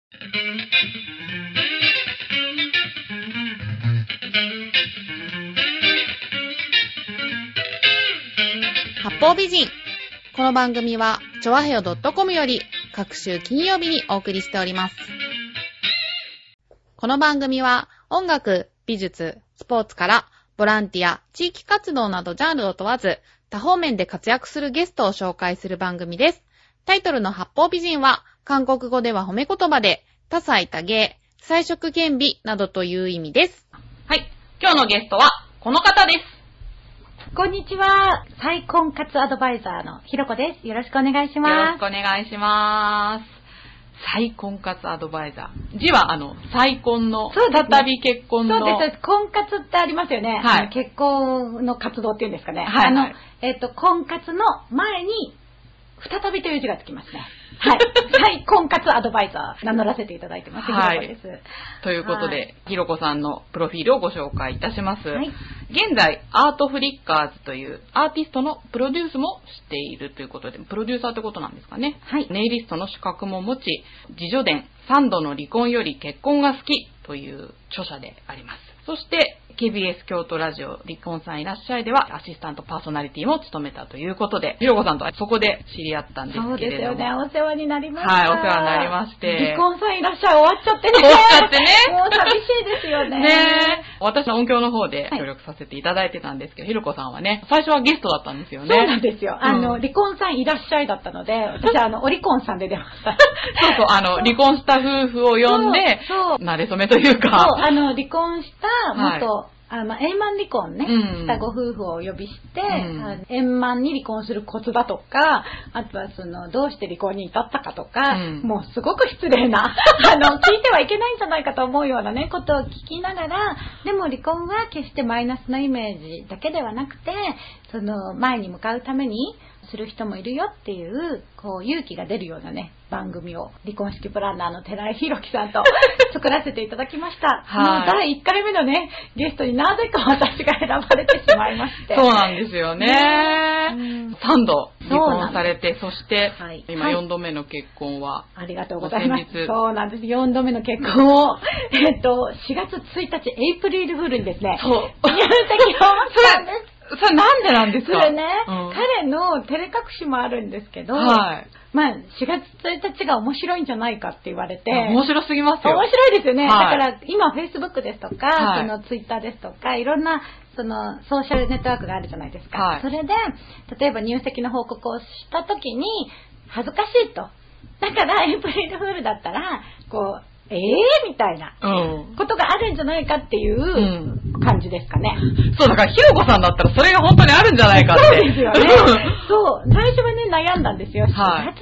八方美人。この番組はちょわへよ .com より各週金曜日にお送りしております。この番組は音楽、美術、スポーツからボランティア、地域活動などジャンルを問わず多方面で活躍するゲストを紹介する番組です。タイトルの八方美人は韓国語では褒め言葉で多彩多芸、彩色兼備などという意味です。 はい。今日のゲストはこの方です。 こんにちは。再婚活アドバイザーのひろこです。よろしくお願いします。 よろしくお願いします。再婚活アドバイザー。字は再婚の、再び結婚の。 そうです。婚活ってありますよね。 はい。 結婚の活動っていうんですかね。 はい、はい。 婚活の前に、再びという字がつきますね。はい。再婚活アドバイザー、名乗らせていただいてます。 はい。 ひろこです。 ということで、ひろこさんのプロフィールをご紹介いたします。 はい。 現在、アートフリッカーズというアーティストのプロデュースもしているということで、プロデューサーってことなんですかね。 はい。 ネイリストの資格も持ち、自叙伝、3度の離婚より結婚が好きという著者であります。そして、KBS 京都ラジオ離婚さんいらっしゃいではアシスタントパーソナリティも務めたということで、ひろこさんとはそこで知り合ったんですけれども。 そうですよね。お世話になりました。 はい、お世話になりまして。 離婚さんいらっしゃい終わっちゃってね。 終わっちゃってね。 もう寂しいですよね。 ねえ。私の音響の方で協力させていただいてたんですけど、ひろこさんはね、最初はゲストだったんですよね。 そうなんですよ。離婚さんいらっしゃいだったので、私オリコンさんで出ました。 そう、離婚した夫婦を呼んで、馴れ初めというか。 そう、離婚した元、円満離婚ね、したご夫婦をお呼びして、円満に離婚するコツだとか、あとはどうして離婚に至ったかとか、もうすごく失礼な、聞いてはいけないんじゃないかと思うようなね、ことを聞きながら、でも離婚は決してマイナスなイメージだけではなくて、前に向かうためにする人もいるよっていう、勇気が出るようなね、番組を離婚式プランナーの寺井宏樹さんと作らせていただきました。はい。第1回目のね、ゲストになぜか私が選ばれてしまいまして。 そうなんですよね。3度離婚されて、そして、今4度目の結婚は、 ありがとうございます。そうなんです。4度目の結婚を、4月1日、エイプリルフールにですね、 そう。入籍をしたんです。 それなんでなんですか？ それね、彼の照れ隠しもあるんですけど、 はい。 4月1日が面白いんじゃないかって言われて。 面白すぎますよ。 面白いですよね。 はい、 だから今 Facebook ですとか、Twitter ですとか、いろんなソーシャルネットワークがあるじゃないですか。はい、それで、例えば入籍の報告をした時に、恥ずかしいと。だからエイプリルフールだったら、みたいなことがあるんじゃないかっていう感じですかね。 そう、だからひろこさんだったらそれが本当にあるんじゃないかって。 そうですよね。そう、最初はね、悩んだんですよ。4月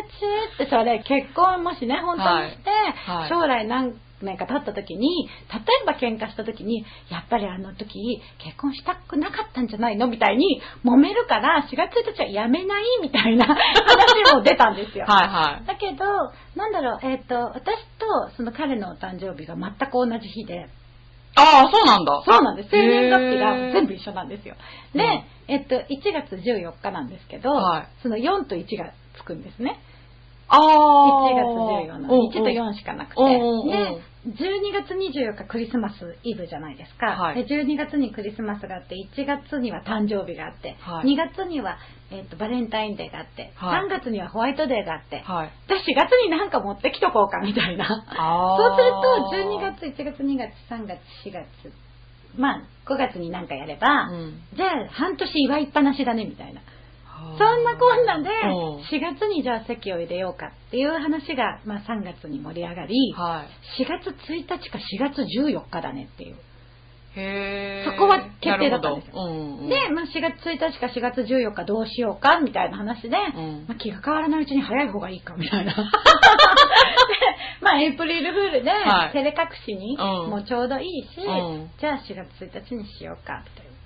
1日ってそれ、結婚もしね、本当にして、将来何年か経った時に、例えば喧嘩した時に、やっぱり時結婚したくなかったんじゃないのみたいに揉めるから、4月1日はやめないみたいな話も出たんですよ。 はいはい。 だけど、私とその彼のお誕生日が全く同じ日で。 ああ、そうなんだ。 そうなんです。生年月日が全部一緒なんですよ。で、1月14日なんですけど、その4と1がつくんですね。1月14の1と4しかなくて。で、12月24日クリスマスイブじゃないですか。で、12月にクリスマスがあって、1月には誕生日があって、2月には、バレンタインデーがあって、3月にはホワイトデーがあって、で、4月になんか持ってきとこうかみたいな。そうすると、12月、1月、2月、3月、4月、5月になんかやれば、じゃあ半年祝いっぱなしだねみたいな。そんなこんなで4月にじゃあ籍を入れようかっていう話が3月に盛り上がり、4月1日か4月14日だねっていう。そこは決定だったんですよ。で、4月1日か4月14日どうしようかみたいな話で、気が変わらないうちに早い方がいいかみたいな。エイプリルフールで照れ隠しにもちょうどいいし、じゃあ4月1日にしようかみたいな。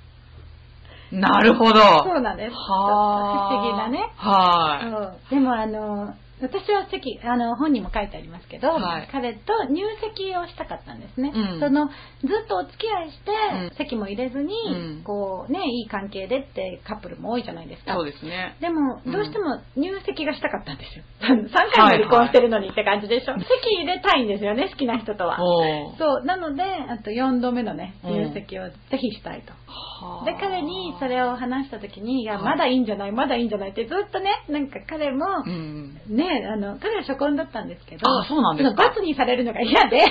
なるほど。 そうなんです。不思議なね。 はい。 でも私は本にも書いてありますけど、彼と入籍をしたかったんですね。ずっとお付き合いして、籍も入れずに、こうね、いい関係でってカップルも多いじゃないですか。 そうですね。 でも、どうしても入籍がしたかったんですよ。3回も離婚してるのにって感じでしょ。籍入れたいんですよね、好きな人とは。そう、なので、あと4度目のね、入籍をぜひしたいと。で、彼にそれを話した時に、いや、まだいいんじゃないってずっとね、なんか彼も、ね、彼は初婚だったんですけど、 そうなんですか。 罰にされるのが嫌で、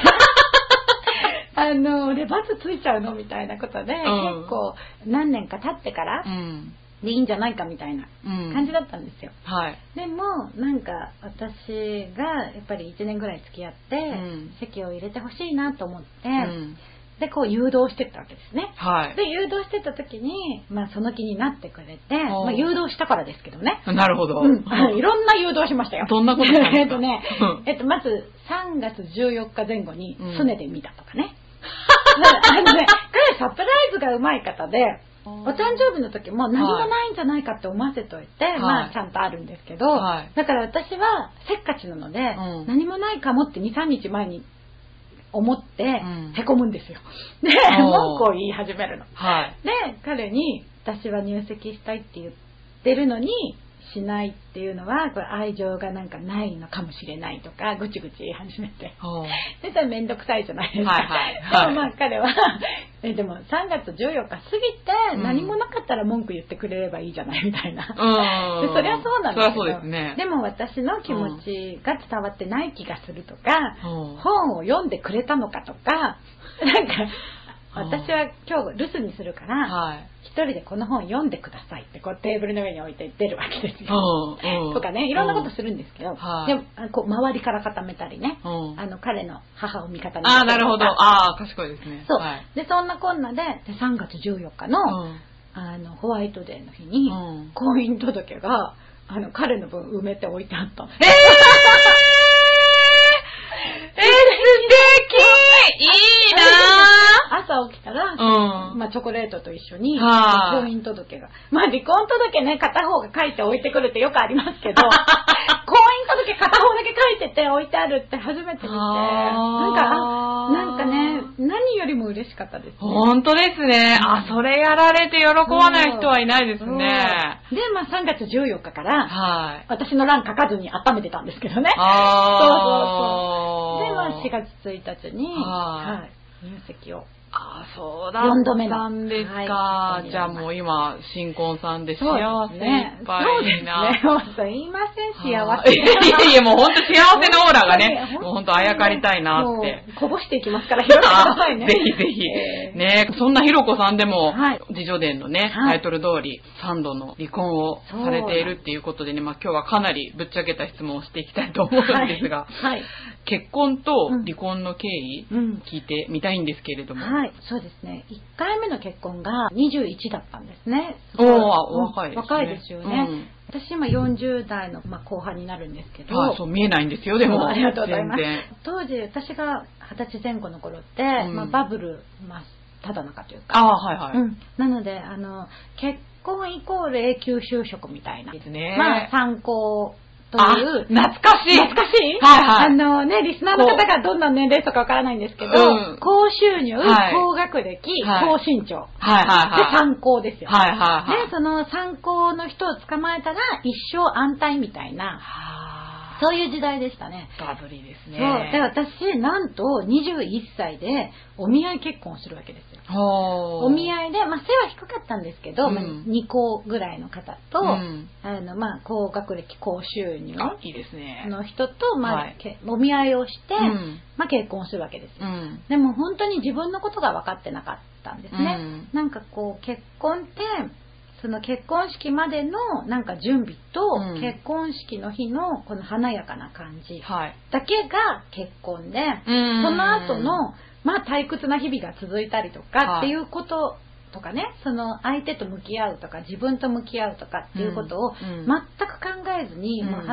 で、罰ついちゃうのみたいなことで、結構何年か経ってから、でいいんじゃないかみたいな感じだったんですよ。でも、なんか私がやっぱり1年ぐらい付き合って、籍を入れてほしいなと思って、で、こう誘導してったわけですね。で、誘導してった時に、まあその気になってくれて、まあ誘導したからですけどね。 なるほど。 いろんな誘導しましたよ。 どんなことしたんですか？ まず3月14日前後に、すねで見たとかね。彼サプライズがうまい方で、お誕生日の時も何もないんじゃないかって思わせといて、まあちゃんとあるんですけど、だから私はせっかちなので、何もないかもって2、3日前に思ってへこむんですよ。で、文句を言い始めるの。で、彼に私は入籍したいって言ってるのにしないっていうのは、これ愛情がなんかないのかもしれないとかぐちぐち言い始めて、でそれめんどくさいじゃないですか。でもまあ彼はでも3月14日過ぎて何もなかったら文句言ってくれればいいじゃないみたいな。でそれはそうなんですけど、でも私の気持ちが伝わってない気がするとか、本を読んでくれたのかとか、なんか私は今日留守にするから、一人でこの本読んでくださいってこうテーブルの上に置いて出るわけですよ。とかね、いろんなことするんですけど、でもこう周りから固めたりね、彼の母を味方にして。 なるほど。賢いですね。 そう。で、そんなこんなで3月14日の、ホワイトデーの日に、婚姻届が、彼の分埋めて置いてあったの。 いいなぁ。 朝起きたら、まあチョコレートと一緒に婚姻届が、まあ離婚届ね、片方が書いて置いてくるってよくありますけど、婚姻届片方だけ書いてて置いてあるって初めて見て、なんかね、何よりも嬉しかったですね。 本当ですね。それやられて喜ばない人はいないですね。 で、まあ3月14日から、私の欄書かずに温めてたんですけどね。そう。で、まあ4月1日に、入籍を。 そうだったんですか。じゃあもう今、新婚さんで幸せいっぱいな。 すいません、幸せ。 いやもう本当幸せなオーラがね、もう本当あやかりたいなって。 こぼしていきますから、拾ってくださいね。 ぜひぜひ。ね、そんなひろこさんでも、自叙伝のね、タイトル通り、3度の離婚をされているっていうことでね、まあ今日はかなりぶっちゃけた質問をしていきたいと思うんですが、結婚と離婚の経緯、聞いてみたいんですけれども。 そうですね。1回目の結婚が21だったんですね。 若いですね。 若いですよね。私今40代の後半になるんですけど。 そう見えないんですよ、でも。 ありがとうございます。当時私が20歳前後の頃って、バブル、ただ中というか。なので、結婚イコール永久就職みたいな。参考。という懐かしいリスナーの方がどんな年齢とかわからないんですけど、高収入、高学歴、高身長で参考ですよ。で、その参考の人を捕まえたら一生安泰みたいな、そういう時代でしたね。 バブリーですね。 そう。で、私、なんと21歳でお見合い結婚をするわけですよ。お見合いで、背は低かったんですけど、2校ぐらいの方と、高学歴、高収入の人と、お見合いをして、結婚するわけですよ。でも本当に自分のことが分かってなかったんですね。なんかこう、結婚って、その結婚式までのなんか準備と、結婚式の日のこの華やかな感じだけが結婚で、その後の退屈な日々が続いたりとかっていうこととかね、その相手と向き合うとか自分と向き合うとかっていうことを全く考えずに、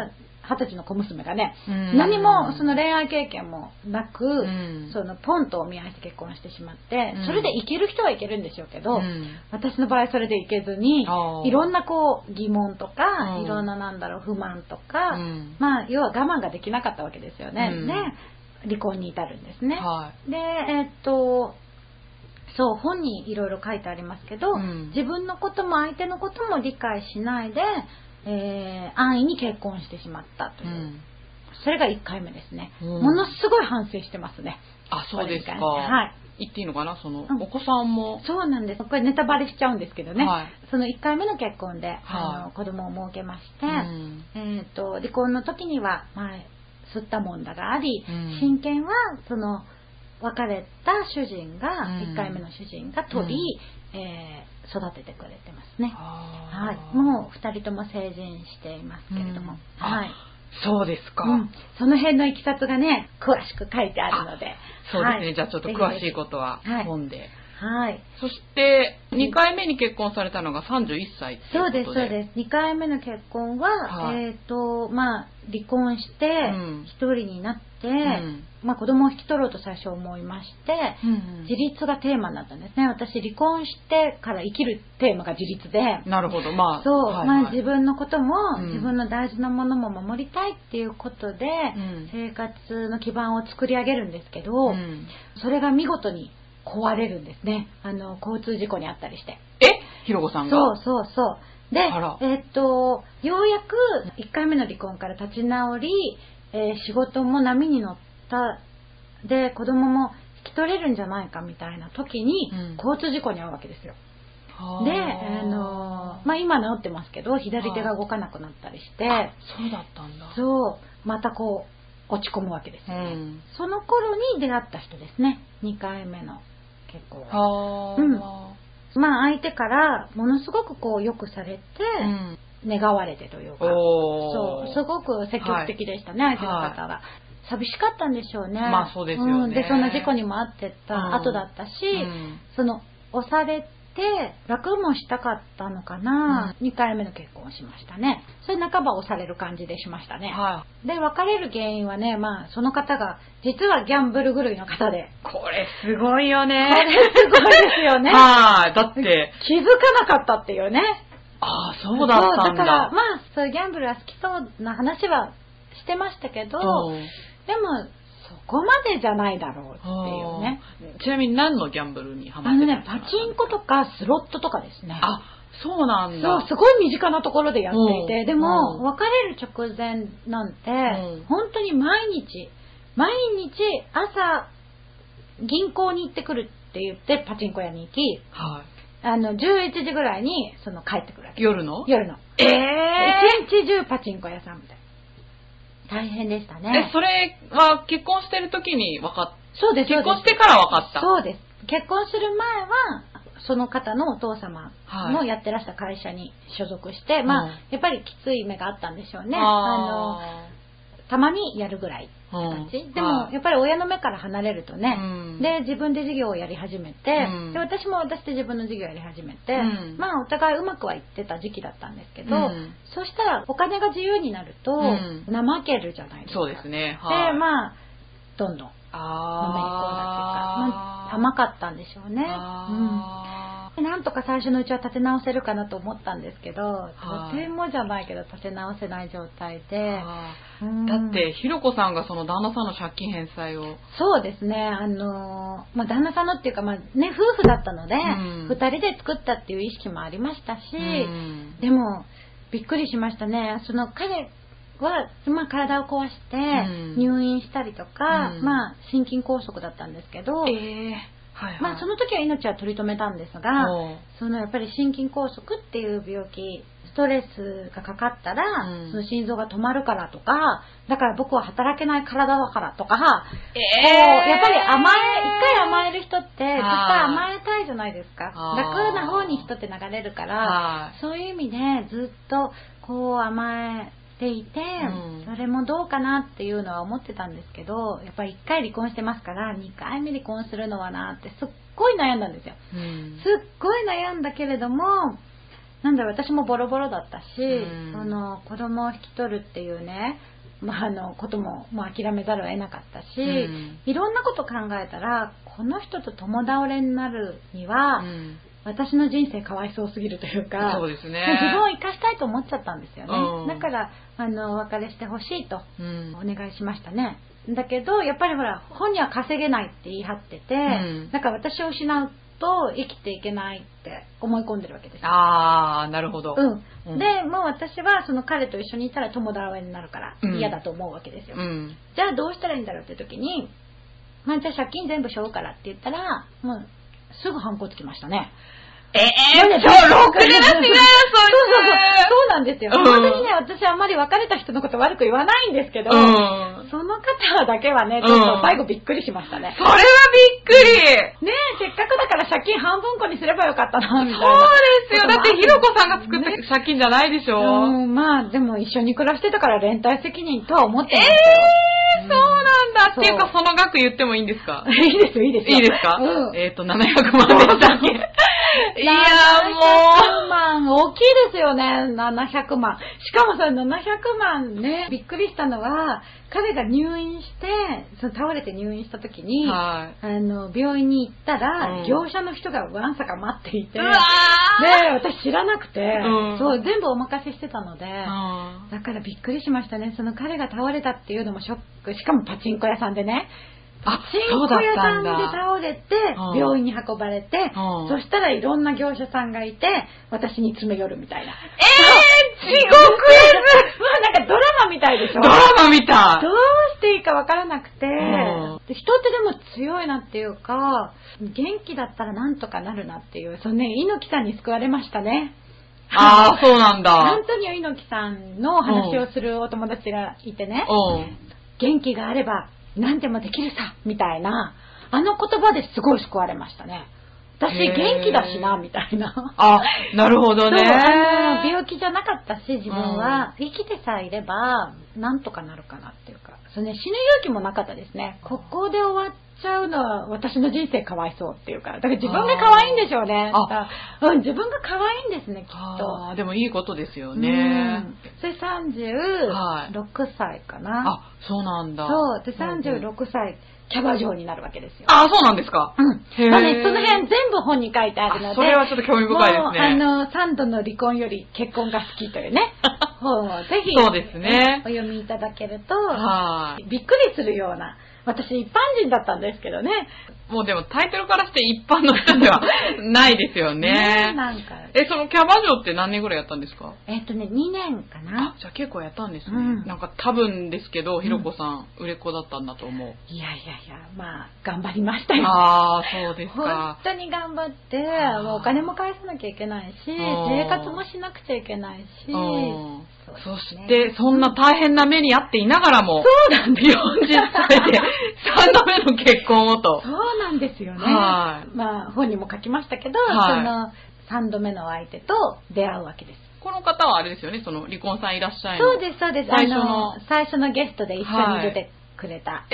20歳の小娘がね、何もその恋愛経験もなく、そのポンとお見合いして結婚してしまって、それでいける人はいけるんでしょうけど、私の場合それでいけずに、いろんなこう疑問とか、いろんな不満とか、まあ要は我慢ができなかったわけですよね。で、離婚に至るんですね。で、そう、本にいろいろ書いてありますけど、自分のことも相手のことも理解しないで、安易に結婚してしまったという、それが1回目ですね。ものすごい反省してますね。 あ、そうですか。 はい。 言っていいのかな、お子さんも。 そうなんです。これネタバレしちゃうんですけどね。その1回目の結婚で、子供を設けまして、離婚の時には、吸ったもんだがあり、親権はその別れた主人が、1回目の主人が取り、育ててくれてますね。はい。もう2人とも成人していますけれども。はい。 そうですか。 その辺のいきさつがね、詳しく書いてあるので。 そうですね。じゃあちょっと詳しいことは本で。 はい。 そして2回目に結婚されたのが31歳っていうことで。 そうです。2回目の結婚は、離婚して一人になって、子供を引き取ろうと最初思いまして、自立がテーマになったんですね。私離婚してから生きるテーマが自立で。 なるほど。 自分のことも、自分の大事なものも守りたいっていうことで、生活の基盤を作り上げるんですけど、それが見事に壊れるんですね。交通事故にあったりして。 ひろこさんが。 そう。で、ようやく1回目の離婚から立ち直り、仕事も波に乗った。で、子供も引き取れるんじゃないかみたいな時に、交通事故に遭うわけですよ。で、今治ってますけど、左手が動かなくなったりして。 そうだったんだ。 そう、またこう、落ち込むわけですよね。その頃に出会った人ですね。2回目の結婚は。相手からものすごくこうよくされて、願われてというか、すごく積極的でしたね、相手の方が。寂しかったんでしょうね。 そうですよね。 で、そんな事故にも遭ってた後だったし、押されて楽もしたかったのかな、2回目の結婚をしましたね。それ半ば押される感じでしましたね。で、別れる原因はね、その方が実はギャンブル狂いの方で。 これすごいよね。 これすごいですよね。 だって気づかなかったっていうね。 そうだったんだ。 だからそういうギャンブルは好きそうな話はしてましたけど、でもそこまでじゃないだろうっていうね。 ちなみに何のギャンブルにハマってたんですか？ パチンコとかスロットとかですね。 そうなんだ。 すごい身近なところでやっていて、でも別れる直前なんて、本当に毎日朝銀行に行ってくるって言ってパチンコ屋に行き、11時ぐらいに帰ってくるわけ。 夜の一日中パチンコ屋さんみたいな。大変でしたね。 それは結婚してる時に分かった？ そうです。 結婚してから分かった？ そうです。結婚する前はその方のお父様のやってらした会社に所属して、やっぱりきつい目があったんでしょうね。たまにやるぐらいって感じ。でもやっぱり親の目から離れるとね、で自分で事業をやり始めて、で私も私で自分の事業をやり始めて、お互いうまくはいってた時期だったんですけど、そしたらお金が自由になると怠けるじゃないですか。 そうですね。 でどんどんのめり込んだっていうか、甘かったんでしょうね。なんとか最初のうちは立て直せるかなと思ったんですけど、とてもじゃないけど立て直せない状態で。 だってひろこさんがその旦那さんの借金返済を。 そうですね。旦那さんのっていうか夫婦だったので、2人で作ったっていう意識もありましたし、でもびっくりしましたね。彼は体を壊して入院したりとか、心筋梗塞だったんですけど、その時は命は取り留めたんですが、やっぱり心筋梗塞っていう病気、ストレスがかかったら、その心臓が止まるからとか、だから僕は働けない体だからとか、やっぱり一回甘える人って絶対甘えたいじゃないですか。楽な方に人って流れるから、そういう意味でずっと甘えていて、それもどうかなっていうのは思ってたんですけど、やっぱり1回離婚してますから2回目離婚するのはなってすっごい悩んだんですよ。すっごい悩んだけれども、 なんで私もボロボロだったし、子供を引き取るっていうね、ことも、諦めざるを得なかったし、いろんなこと考えたら、この人と共倒れになるには、私の人生かわいそうすぎるというか、 そうですね、 自分を生かしたいと思っちゃったんですよね。だからお別れしてほしいとお願いしましたね。だけどやっぱりほら、本人は稼げないって言い張ってて、だから私を失うと生きていけないって思い込んでるわけですよ。 ああ、なるほど。 でもう私はその彼と一緒にいたら共倒れになるから嫌だと思うわけですよ。じゃあどうしたらいいんだろうって時に、じゃあ借金全部しようからって言ったら、もうすぐ反抗つきましたね。 ろくでなしがよ、 そうなんですよ。本当にね、私あんまり別れた人のこと悪く言わないんですけど、その方だけはね、ちょっと最後びっくりしましたね。 それはびっくり。 ねえ、せっかくだから借金半分こにすればよかったな、みたいな。 そうですよ。だってひろこさんが作った借金じゃないでしょ。 でも一緒に暮らしてたから連帯責任とは思ってましたよ。 そうなんだ。っていうか、その額言ってもいいんですか？ いいですよ、いいですよ。 いいですか？700万でしたっけ？いや 700万、大きいですよね、700万。しかもその700万ね、びっくりしたのは、彼が入院して、倒れて入院した時に、病院に行ったら、業者の人がわんさか待っていて、で、私知らなくて、全部お任せしてたので、だからびっくりしましたね。その彼が倒れたっていうのもショック。しかもパチンコ屋さんでね、パチンコ屋さんで倒れて、病院に運ばれて、そしたらいろんな業者さんがいて、私に詰め寄るみたいな。 地獄絵図なんかドラマみたいでしょ？ ドラマみたい。 どうしていいかわからなくて、人ってでも強いなっていうか、元気だったらなんとかなるなっていう、猪木さんに救われましたね。 ああ、そうなんだ。 アントニオ猪木さんの話をするお友達がいてね、元気があれば何でもできるさみたいな、あの言葉ですごい救われましたね。私元気だしなみたいな。 なるほどね。 病気じゃなかったし、自分は生きてさえいればなんとかなるかなっていうか、死ぬ勇気もなかったですね。ここで終わっちゃうのは私の人生かわいそうっていうか、だから自分が可愛いんでしょうね。自分が可愛いんですね、きっと。 でもいいことですよね。 それ36歳かな。 そうなんだ。 そうで36歳。キャバ嬢になるわけですよ。 そうなんですか。 その辺全部本に書いてあるので、 それはちょっと興味深いですね。 3度の離婚より結婚が好きというね、本をぜひ、 そうですね、 お読みいただけると、びっくりするような、私一般人だったんですけどね。 もうでもタイトルからして一般の人ではないですよね。そのキャバ嬢って何年ぐらいやったんですか ？2年かな。 じゃあ結構やったんですね。なんか多分ですけど、ひろこさん、売れっ子だったんだと思う。 いや、頑張りましたよ。 そうですか。 本当に頑張って、お金も返さなきゃいけないし、生活もしなくちゃいけないし、 そしてそんな大変な目に遭っていながらも、 そうなんです。 40歳で3度目の結婚をと。 そうなんですよね。本にも書きましたけど、その3度目の相手と出会うわけです。 この方はあれですよね、その離婚さんいらっしゃいの。そうです。最初のゲストで一緒に出てくれた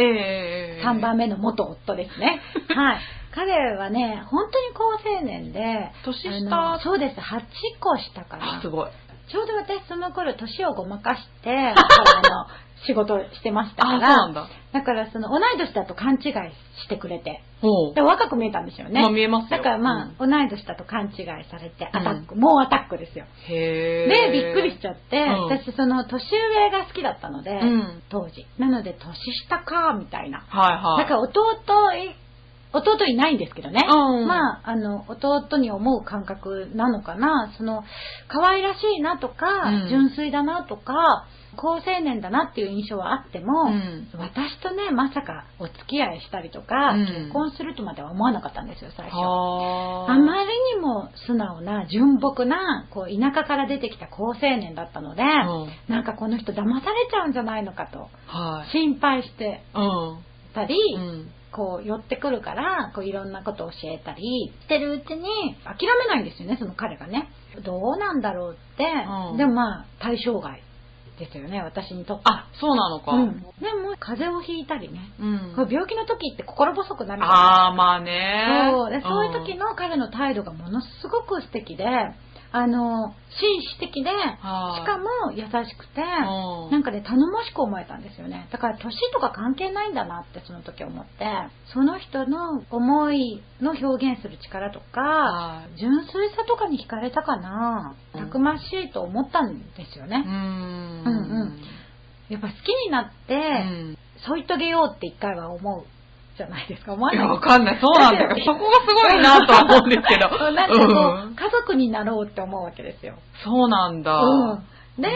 3番目の元夫ですね。彼はね、本当に高青年で、 年下。 そうです、8個下かな。 すごい。 ちょうど私その頃年をごまかして仕事してましたから、だから同い年だと勘違いしてくれて、若く見えたんですよね。 見えますよ。 だから同い年だと勘違いされてもうアタックですよ。でびっくりしちゃって、私年上が好きだったので、当時なので年下かみたいな。だから弟いないんですけどね。弟に思う感覚なのかな。可愛らしいなとか、純粋だなとか、高青年だなっていう印象はあっても、私とね、まさかお付き合いしたりとか、結婚するとまでは思わなかったんですよ、最初。あまりにも素直な、純朴な、田舎から出てきた高青年だったので、なんかこの人騙されちゃうんじゃないのかと、心配してたり、寄ってくるからいろんなことを教えたりしてるうちに諦めないんですよね、その彼がね。どうなんだろうって、でも対象外ですよね、私にとって。 そうなのか。 でも風邪をひいたりね、病気の時って心細くなるから。 ね。 そういう時の彼の態度がものすごく素敵で、 紳士的で、しかも優しくて、なんかね、頼もしく思えたんですよね。だから年とか関係ないんだなってその時思って、その人の思いの表現する力とか、純粋さとかに惹かれたかな、たくましいと思ったんですよね。やっぱ好きになって、添い遂げようって一回は思う。じゃないですか。思わない。 いや、わかんない。そうなんだけど、そこがすごいなとは思うんですけど。 なんかこう、家族になろうって思うわけですよ。 そうなんだ。 で、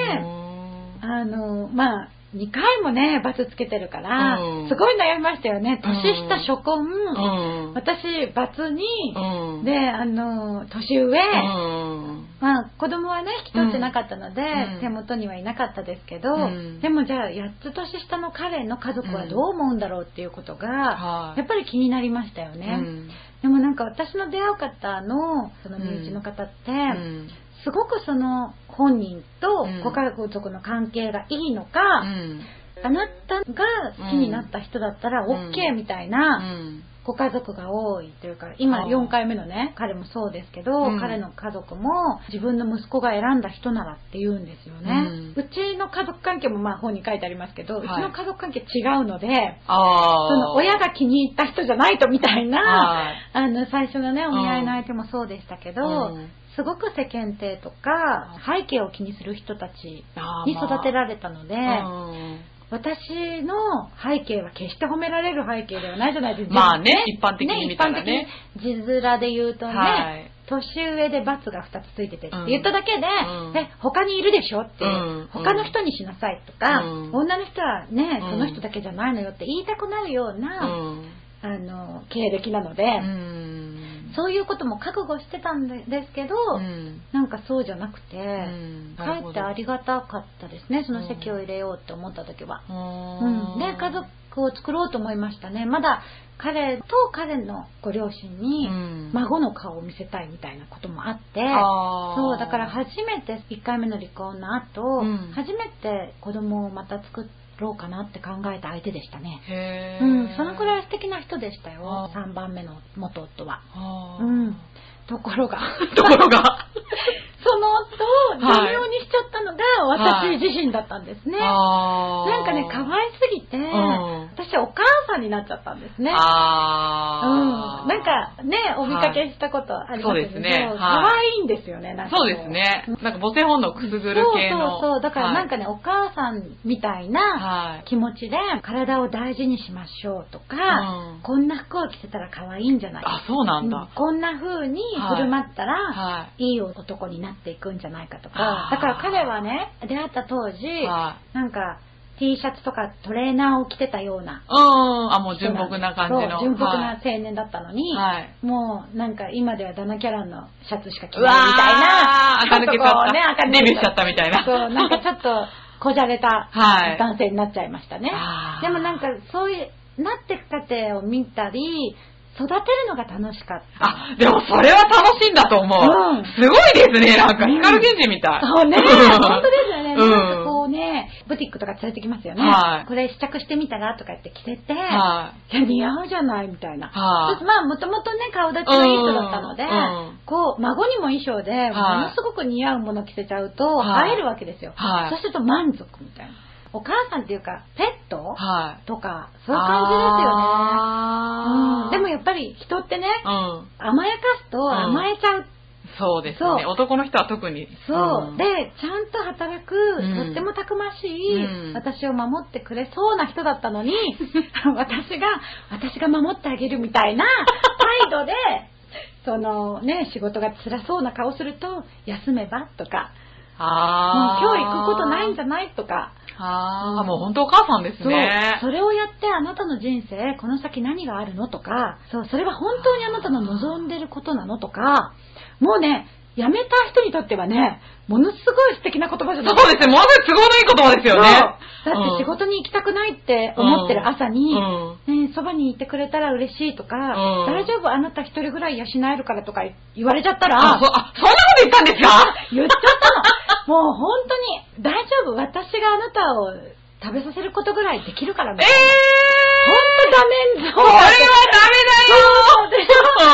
まあ、2回もね、バツつけてるから、すごい悩みましたよね。年下初婚、私、バツに、で、年上、まあ、子供はね、引き取ってなかったので、手元にはいなかったですけど、でもじゃあ、8つ年下の彼の家族はどう思うんだろうっていうことが、やっぱり気になりましたよね。でもなんか私の出会う方の、その身内の方って、すごくその本人とご家族の関係がいいのか、あなたが好きになった人だったら OK みたいなご家族が多いというか、今4回目のね、彼もそうですけど、彼の家族も自分の息子が選んだ人ならって言うんですよね。うちの家族関係もまあ本に書いてありますけど、うちの家族関係違うので、その親が気に入った人じゃないとみたいな、最初のね、お見合いの相手もそうでしたけど、すごく世間体とか背景を気にする人たちに育てられたので、私の背景は決して褒められる背景ではないじゃないですか。 まあね、一般的に見たらね。 字面で言うとね、年上で×が2つついててって言っただけで、他にいるでしょっていう、他の人にしなさいとか、女の人はね、その人だけじゃないのよって言いたくなるような、経歴なので、そういうことも覚悟してたんですけど、なんかそうじゃなくて、かえってありがたかったですね、その籍を入れようって思った時は。で、家族を作ろうと思いましたね。まだ彼と彼のご両親に孫の顔を見せたいみたいなこともあって、そうだから初めて1回目の離婚の後、初めて子供をまた作ろうかなって考えた相手でしたね。そのくらい素敵な人でしたよ、3番目の元夫は。ところがその後微妙にしちゃったのが私自身だったんですね。なんかね、可愛すぎて、私お母さんになっちゃったんですね。なんかね、お見かけしたことありますけど、可愛いんですよね。なんかそうですね。なんか母性本能をくすぐる系の。 そうだからなんかね、お母さんみたいな気持ちで体を大事にしましょうとか、こんな服を着せたら可愛いんじゃないか。 そうなんだ。 こんな風に振る舞ったらいい男になっていくんじゃないかとか。だから彼はね、出会った当時、なんか T シャツとかトレーナーを着てたような、 もう純朴な感じの、 純朴な青年だったのに、もうなんか今ではダナキャランのシャツしか着ないみたいな、 垢抜けちゃった、デビューしちゃったみたいな、 そうなんかちょっとこじゃれた男性になっちゃいましたね。でもなんかそういうなっていく過程を見たり育てるのが楽しかった。 でもそれは楽しいんだと思う。すごいですね、なんか光源氏みたい。 そうね、本当ですよね。なんかこうね、ブティックとか連れてきますよね。これ試着してみたらとか言って着てて、いや似合うじゃないみたいな。まあもともとね、顔立ちがいい人だったので、こう孫にも衣装でものすごく似合うもの着せちゃうと映えるわけですよ。そうすると満足みたいな。お母さんっていうかペット、とかそういう感じですよね。でもやっぱり人ってね、甘やかすと甘えちゃう。 そうですね。男の人は特に。 そうでちゃんと働く、とってもたくましい、私を守ってくれそうな人だったのに私が守ってあげるみたいな態度でそのね、仕事が辛そうな顔すると休めばとか、もう今日行くことないんじゃないとか。 もう本当お母さんですね。 それをやってあなたの人生この先何があるのとか、それは本当にあなたの望んでることなのとか、もうね、辞めた人にとってはね、ものすごい素敵な言葉じゃないですか。 そうですね、ものすごい都合のいい言葉ですよね。 だって仕事に行きたくないって思ってる朝に、そばにいてくれたら嬉しいとか、大丈夫あなた一人ぐらい養えるからとか言われちゃったら、 そんなこと言ったんですか？ 言っちゃったの。もう本当に大丈夫、私があなたを食べさせることぐらいできるからね。本当ダメ。それはダメだよ。 そうね、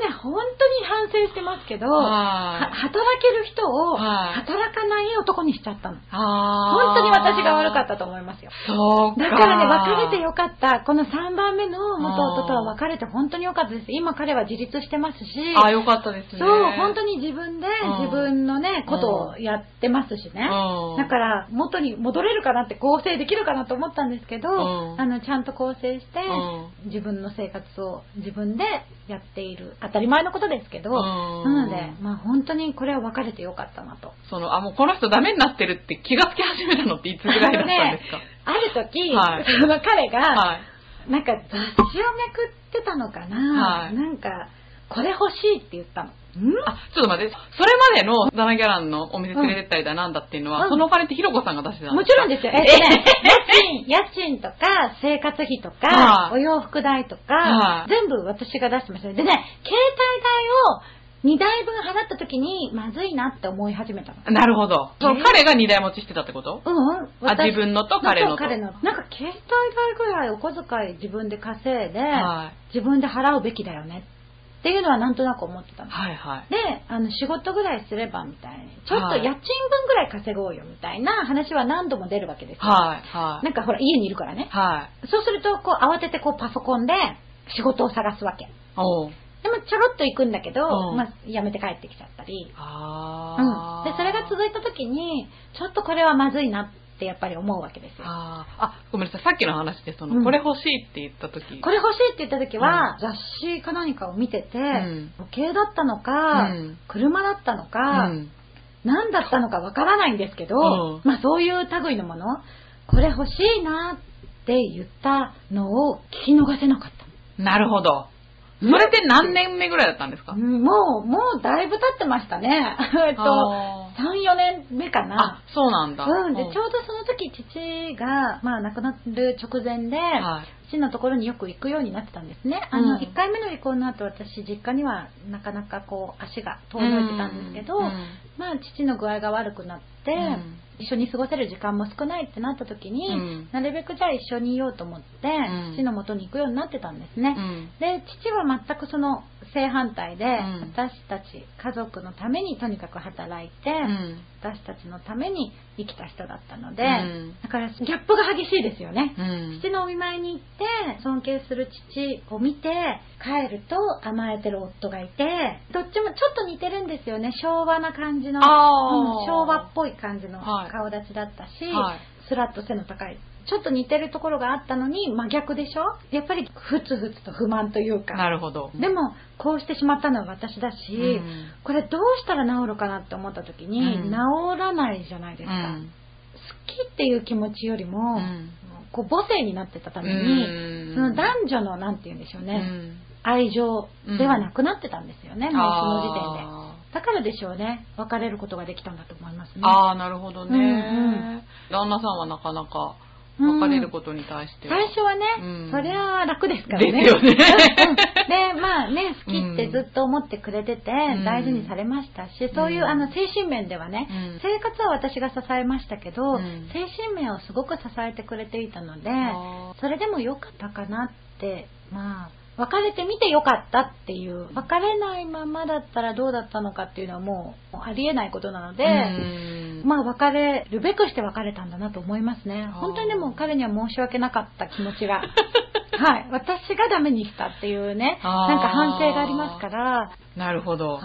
本当に反省してますけど、働ける人を働かない男にしちゃったの。本当に私が悪かったと思いますよ。 そうか。 だからね、別れてよかった。この3番目の元夫とは別れて本当によかったです。今彼は自立してますし。 よかったですね。 そう、本当に自分で自分のね、ことをやってますしね。だから元に戻れるかなって構成できるかなと思ったんですけど、ちゃんと構成して、自分の生活を自分でやっている。当たり前のことですけど、なので、本当にこれは別れてよかったなと。 もうこの人ダメになってるって気がつき始めたのっていつぐらいだったんですか？ ある時、その彼が、なんか雑誌をめくってたのかな、なんか、これ欲しいって言ったの。 ちょっと待って、それまでのザナギャランのお店連れてったりだなんだっていうのは、そのお金ってひろこさんが出してたんですか？ もちろんですよ。家賃とか、生活費とか、お洋服代とか、全部私が出してました。でね、携帯代を2台分払った時に、まずいなって思い始めたの。 なるほど。彼が2台持ちしてたってこと？自分のと彼のと。 なんか携帯代ぐらいお小遣い自分で稼いで、自分で払うべきだよね。っていうのはなんとなく思ってたの。で、仕事ぐらいすればみたいに、ちょっと家賃分ぐらい稼ごうよみたいな話は何度も出るわけですよ。なんかほら、家にいるからね。そうすると、慌ててパソコンで仕事を探すわけ。でもちょろっと行くんだけど、辞めて帰ってきちゃったり。で、それが続いた時に、ちょっとこれはまずいなってやっぱり思うわけですよ。 ごめんなさい。さっきの話でこれ欲しいって言った時。 これ欲しいって言った時は、雑誌か何かを見てて、時計だったのか、車だったのか、何だったのかわからないんですけど、そういう類のもの、これ欲しいなって言ったのを聞き逃せなかった。 なるほど。それって何年目ぐらいだったんですか？ もうだいぶ経ってましたね。3、4年目かな。 そうなんだ。 で、ちょうどその時父が、亡くなる直前で、父のところによく行くようになってたんですね。1回目の離婚の後、私、実家にはなかなか足が遠のいてたんですけど、父の具合が悪くなって、一緒に過ごせる時間も少ないってなった時に、なるべくじゃあ一緒にいようと思って、父の元に行くようになってたんですね。で、父は全くその正反対で、私たち家族のためにとにかく働いて、私たちのために生きた人だったので、だからギャップが激しいですよね。父のお見舞いに行って尊敬する父を見て帰ると甘えてる夫がいて、どっちもちょっと似てるんですよね。昭和な感じの、昭和っぽい感じの顔立ちだったし、スラッと背の高い、ちょっと似てるところがあったのに真逆でしょ。やっぱりふつふつと不満というか。 なるほど。 でもこうしてしまったのは私だし、これどうしたら治るかなって思った時に、治らないじゃないですか。好きっていう気持ちよりも、母性になってたために、その男女のなんて言うんでしょうね、愛情ではなくなってたんですよね、もうその時点で。だからでしょうね、別れることができたんだと思いますね。 なるほどね。旦那さんはなかなか別れることに対しては、 最初はね、それは楽ですからね。 ですよね。 で、好きってずっと思ってくれてて、大事にされましたし、そういう精神面ではね、生活は私が支えましたけど、精神面をすごく支えてくれていたので、それでも良かったかなって、別れてみてよかったっていう、別れないままだったらどうだったのかっていうのはもうありえないことなので、別れるべくして別れたんだなと思いますね。本当にでも彼には申し訳なかった気持ちが私がダメにしたっていうね、なんか反省がありますから。 なるほど。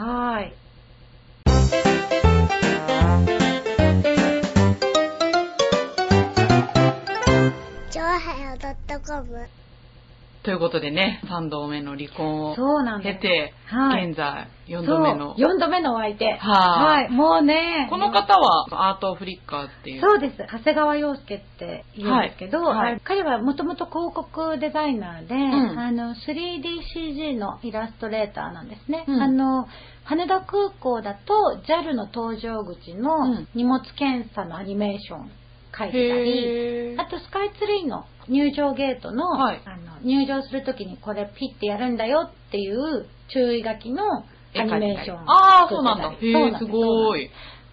ということでね、3度目の離婚を経て、現在4度目の。 4度目のお相手。もうね。 この方はアートフリッカーっていう。 そうです。長谷川陽介って言うんですけど、彼はもともと広告デザイナーで、3DCG のイラストレーターなんですね。羽田空港だと JAL の搭乗口の荷物検査のアニメーション書いてたり、あとスカイツリーの入場ゲートの、入場するときにこれピッてやるんだよっていう注意書きのアニメーション。 そうなんだ。すごい。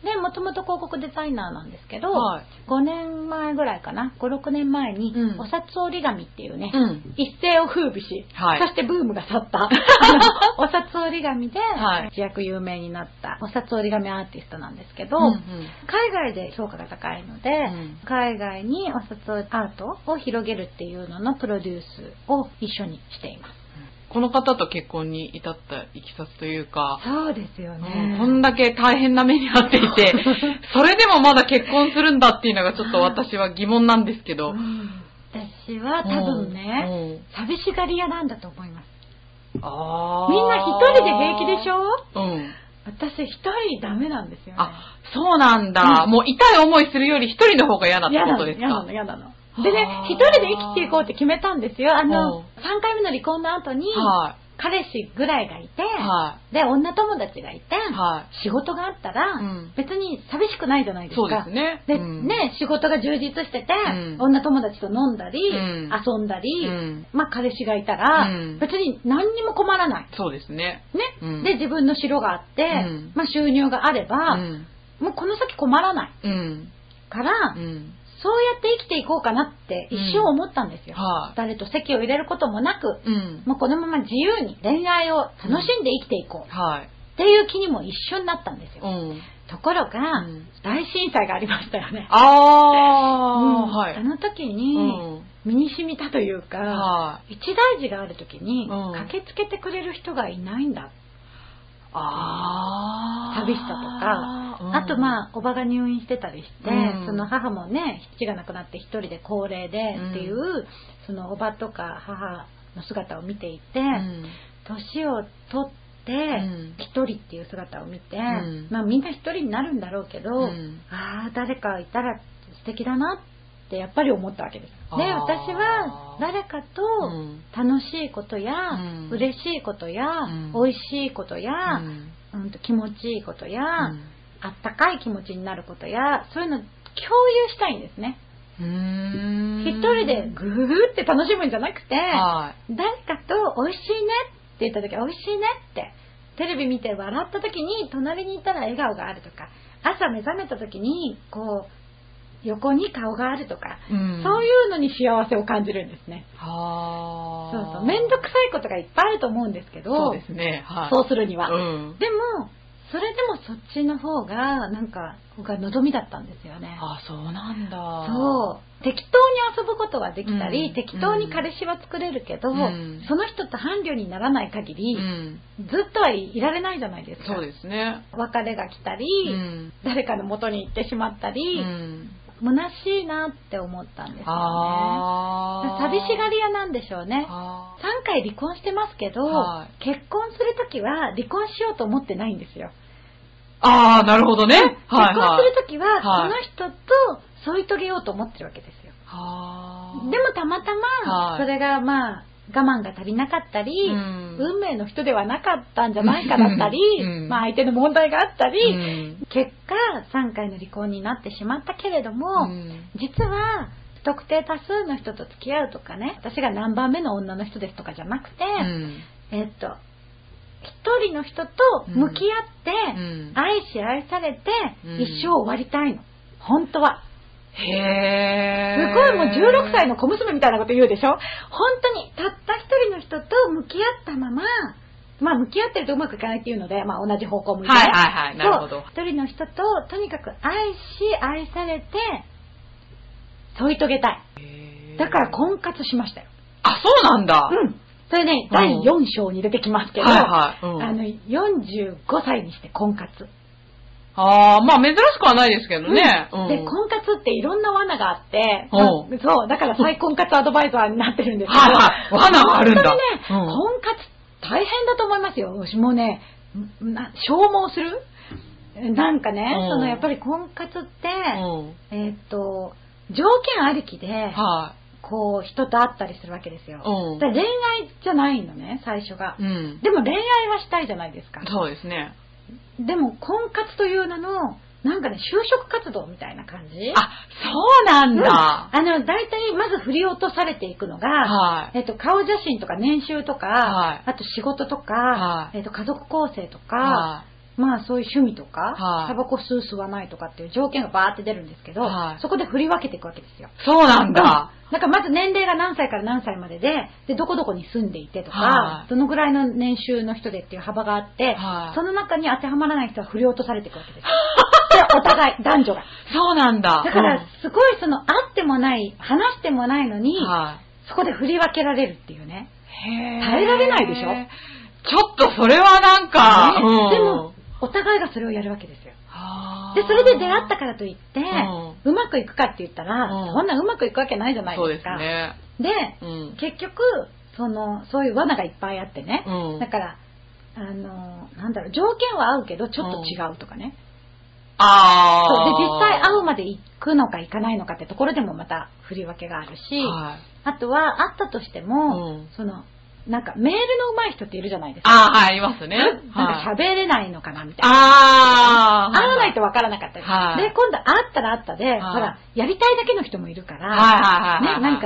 で、もともと広告デザイナーなんですけど、5年前ぐらいかな、5、6年前に、お札折り紙っていうね、一世を風靡し、そしてブームが去った、お札折り紙で、一躍有名になったお札折り紙アーティストなんですけど、海外で評価が高いので、海外にお札アートを広げるっていうののプロデュースを一緒にしています。 この方と結婚に至ったいきさつというか。 そうですよね。 こんだけ大変な目に遭っていて、それでもまだ結婚するんだっていうのがちょっと私は疑問なんですけど。 私は多分ね、寂しがり屋なんだと思います。みんな一人で平気でしょ？私一人ダメなんですよね。 そうなんだ。もう痛い思いするより一人の方が嫌だってことですか？ 嫌なの。でね、一人で生きていこうって決めたんですよ。3回目の離婚の後に、彼氏ぐらいがいて、で、女友達がいて、仕事があったら、別に寂しくないじゃないですか。 そうですね。 で、ね、仕事が充実してて、女友達と飲んだり、遊んだり、まあ彼氏がいたら、別に何にも困らない。 そうですね。 ね。で、自分の城があって、まあ収入があれば、もうこの先困らない。から、そうやって生きていこうかなって一瞬思ったんですよ。誰と籍を入れることもなく、もうこのまま自由に恋愛を楽しんで生きていこうっていう気にも一瞬なったんですよ。ところが、大震災がありましたよね。あの時に身に染みたというか、一大事がある時に駆けつけてくれる人がいないんだ。寂しさとか、あとまあおばが入院してたりして、その母もね、父が亡くなって一人で高齢でっていう、そのおばとか母の姿を見ていて、年を取って一人っていう姿を見て、まあみんな一人になるんだろうけど、誰かいたら素敵だなってやっぱり思ったわけです。で、私は誰かと楽しいことや、嬉しいことや、美味しいことや、気持ちいいことや、あったかい気持ちになることや、そういうの共有したいんですね。一人でグーって楽しむんじゃなくて、誰かと美味しいねって言った時は美味しいねって、テレビ見て笑った時に隣にいたら笑顔があるとか、朝目覚めた時にこう横に顔があるとか、そういうのに幸せを感じるんですね。めんどくさいことがいっぱいあると思うんですけど、 そうですね。 そうするには。でも、それでもそっちの方が、なんか、僕は望みだったんですよね。 そうなんだ。 そう。適当に遊ぶことはできたり、適当に彼氏は作れるけど、その人と伴侶にならない限り、ずっとはいられないじゃないですか。 そうですね。 別れが来たり、誰かの元に行ってしまったり、虚しいなって思ったんですよね。寂しがり屋なんでしょうね。3回離婚してますけど、結婚するときは離婚しようと思ってないんですよ。 なるほどね。結婚するときは、その人と添い遂げようと思ってるわけですよ。でもたまたま、それがまあ、我慢が足りなかったり、運命の人ではなかったんじゃないかだったり、まあ相手の問題があったり、結果3回の離婚になってしまったけれども、実は不特定多数の人と付き合うとかね、私が何番目の女の人ですとかじゃなくて、一人の人と向き合って、愛し愛されて、一生終わりたいの。本当は。すごいもう16歳の小娘みたいなこと言うでしょ。本当にたった一人の人と向き合ったまま、まあ向き合ってるとうまくいかないっていうので、まあ同じ方向向いて、 なるほど。 一人の人ととにかく愛し愛されて添い遂げたい。だから婚活しましたよ。 そうなんだ。 それね、第4章に出てきますけど、45歳にして婚活。 まあ珍しくはないですけどね。 で、婚活っていろんな罠があって、そう、だから再婚活アドバイザーになってるんですけど、 罠があるんだ。 本当にね、婚活大変だと思いますよ。私もね、消耗するなんかね、やっぱり婚活って、条件ありきで、こう人と会ったりするわけですよ。恋愛じゃないのね、最初が。でも恋愛はしたいじゃないですか。 そうですね。 でも婚活という名のなんかね、就職活動みたいな感じ。 そうなんだ。 大体まず振り落とされていくのが、顔写真とか年収とか、あと仕事とか、家族構成とか、 まあそういう趣味とか、タバコ吸わないとかっていう条件がバーって出るんですけど、そこで振り分けていくわけですよ。 そうなんだ。 なんかまず年齢が何歳から何歳までで、どこどこに住んでいてとか、どのぐらいの年収の人でっていう幅があって、その中に当てはまらない人は振り落とされていくわけですよ。お互い、男女が。 そうなんだ。 だから、すごい会ってもない、話してもないのに、そこで振り分けられるっていうね。耐えられないでしょ？ ちょっとそれはなんか、 でも、お互いがそれをやるわけですよ。で、それで出会ったからといって、うまくいくかって言ったら、そんなうまくいくわけないじゃないですか。 そうですね。で、結局、そういう罠がいっぱいあってね。だから、なんだろう、条件は合うけど、ちょっと違うとかね。そうで、実際会うまで行くのか行かないのかってところでもまた振り分けがあるし、あとは会ったとしても、なんかメールの上手い人っているじゃないですか。 いますね。 なんか喋れないのかなみたいな。会わないと分からなかったり。で、今度会ったら会ったで、ほら、やりたいだけの人もいるから、ね、なんか、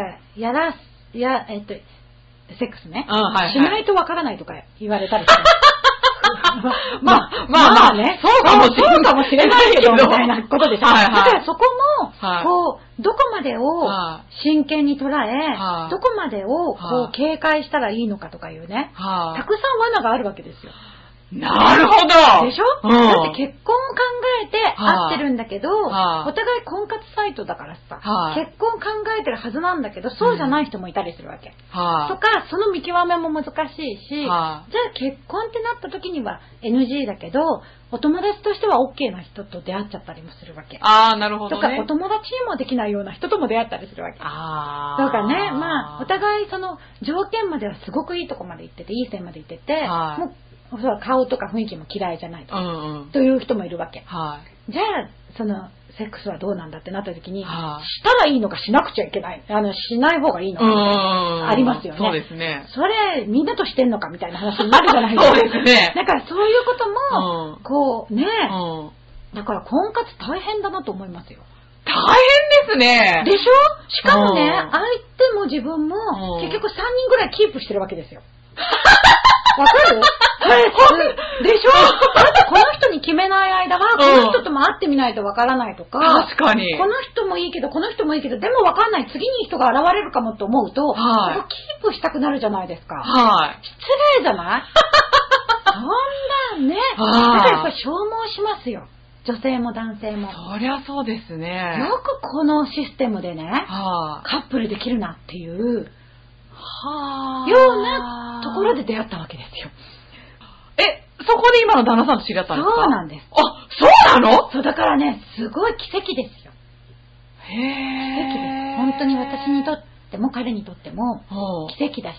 セックスね、しないと分からないとか言われたりして。まあね、そうかもしれないけど、みたいなことでしょ。だからそこも、どこまでを真剣に捉え、どこまでを警戒したらいいのかとかいうね、たくさん罠があるわけですよ。 なるほど。 でしょ？だって結婚を考えて会ってるんだけど、お互い婚活サイトだからさ、結婚考えてるはずなんだけど、そうじゃない人もいたりするわけ。とか、その見極めも難しいし、じゃあ結婚ってなった時には NG だけど、お友達としては OK な人と出会っちゃったりもするわけ。 なるほどね。 とか、お友達にもできないような人とも出会ったりするわけ。だからね、まあ、お互いその条件まではすごくいいとこまで行ってて、いい線まで行ってて、もう顔とか雰囲気も嫌いじゃないという人もいるわけ。じゃあ、セックスはどうなんだってなった時に、したらいいのかしなくちゃいけない。しない方がいいのかみたいなありますよね。 そうですね。 それ、みんなとしてんのかみたいな話になるじゃないですか。 そうですね。 だからそういうことも、だから婚活大変だなと思いますよ。 大変ですね。 でしょ？しかもね、相手も自分も、結局3人ぐらいキープしてるわけですよ。わかる？でしょ？だってこの人に決めない間は、この人とも会ってみないとわからないとか、 確かに。 この人もいいけど、この人もいいけど、でもわかんない、次に人が現れるかもと思うと、キープしたくなるじゃないですか。失礼じゃない？そんなね。だからやっぱ消耗しますよ。女性も男性も。 そりゃそうですね。 よくこのシステムでね、カップルできるなっていう、ようなところで出会ったわけですよ。 そこで今の旦那さんと知り合ったんですか？ そうなんです。 そうなの？ そう、だからね、すごい奇跡ですよ。奇跡です。本当に私にとっても彼にとっても奇跡だし、